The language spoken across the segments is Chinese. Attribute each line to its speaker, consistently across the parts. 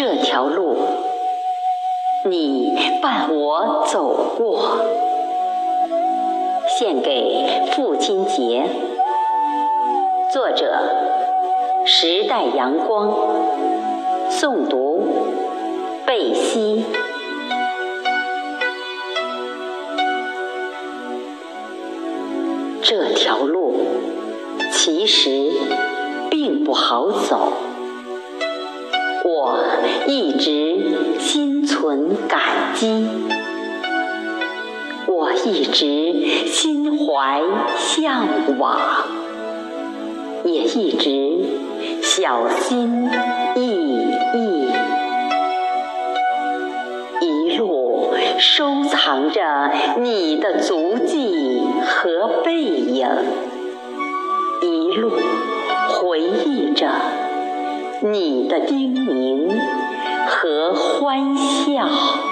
Speaker 1: 这条路，你伴我走过。献给父亲节。作者：时代阳光。诵读：贝西。这条路其实并不好走，我一直心存感激，我一直心怀向往，也一直小心翼翼，一路收藏着你的足迹和背影，一路回忆着你的叮咛和欢笑。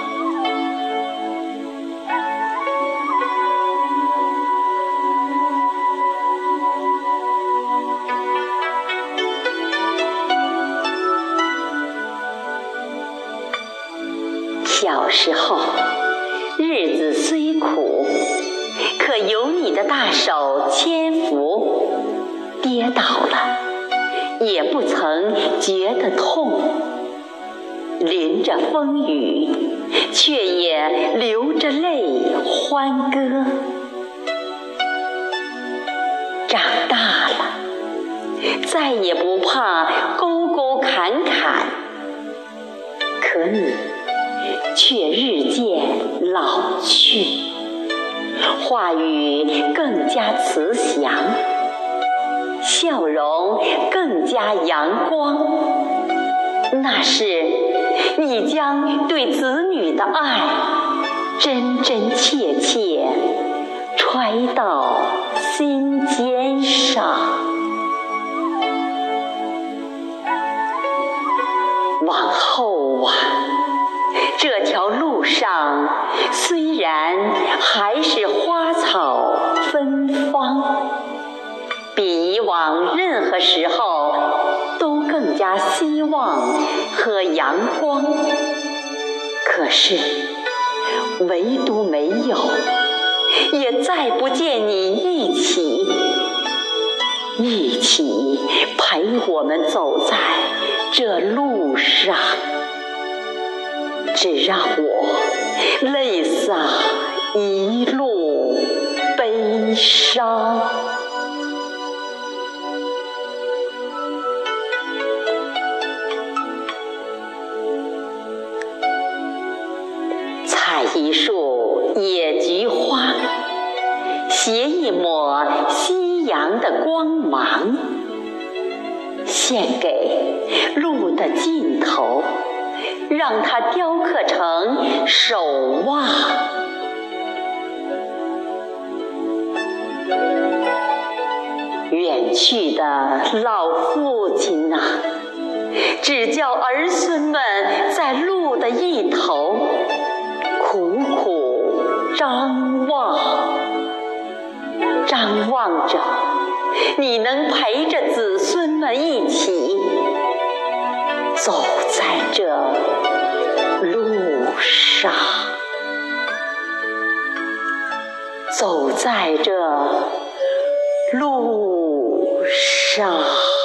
Speaker 1: 小时候，日子虽苦，可有你的大手牵扶，跌倒了也不曾觉得痛，淋着风雨，却也流着泪欢歌。长大了，再也不怕沟沟坎坎，可你却日渐老去，话语更加慈祥，笑容更加阳光。那是你将对子女的爱真真切切揣到心尖上。往后啊，这条路上虽然还是花草芬芳，比以往任何时候都更加希望和阳光，可是唯独没有，也再不见你一起陪我们走在这路上，只让我泪洒一路悲伤。采一束野菊花，携一抹夕阳的光芒，献给路的尽头，让它雕刻成手袜。远去的老父亲啊，只叫儿孙们在路的一头苦苦张望，张望着你能陪着子孙们一起走在这路上，走在这路上。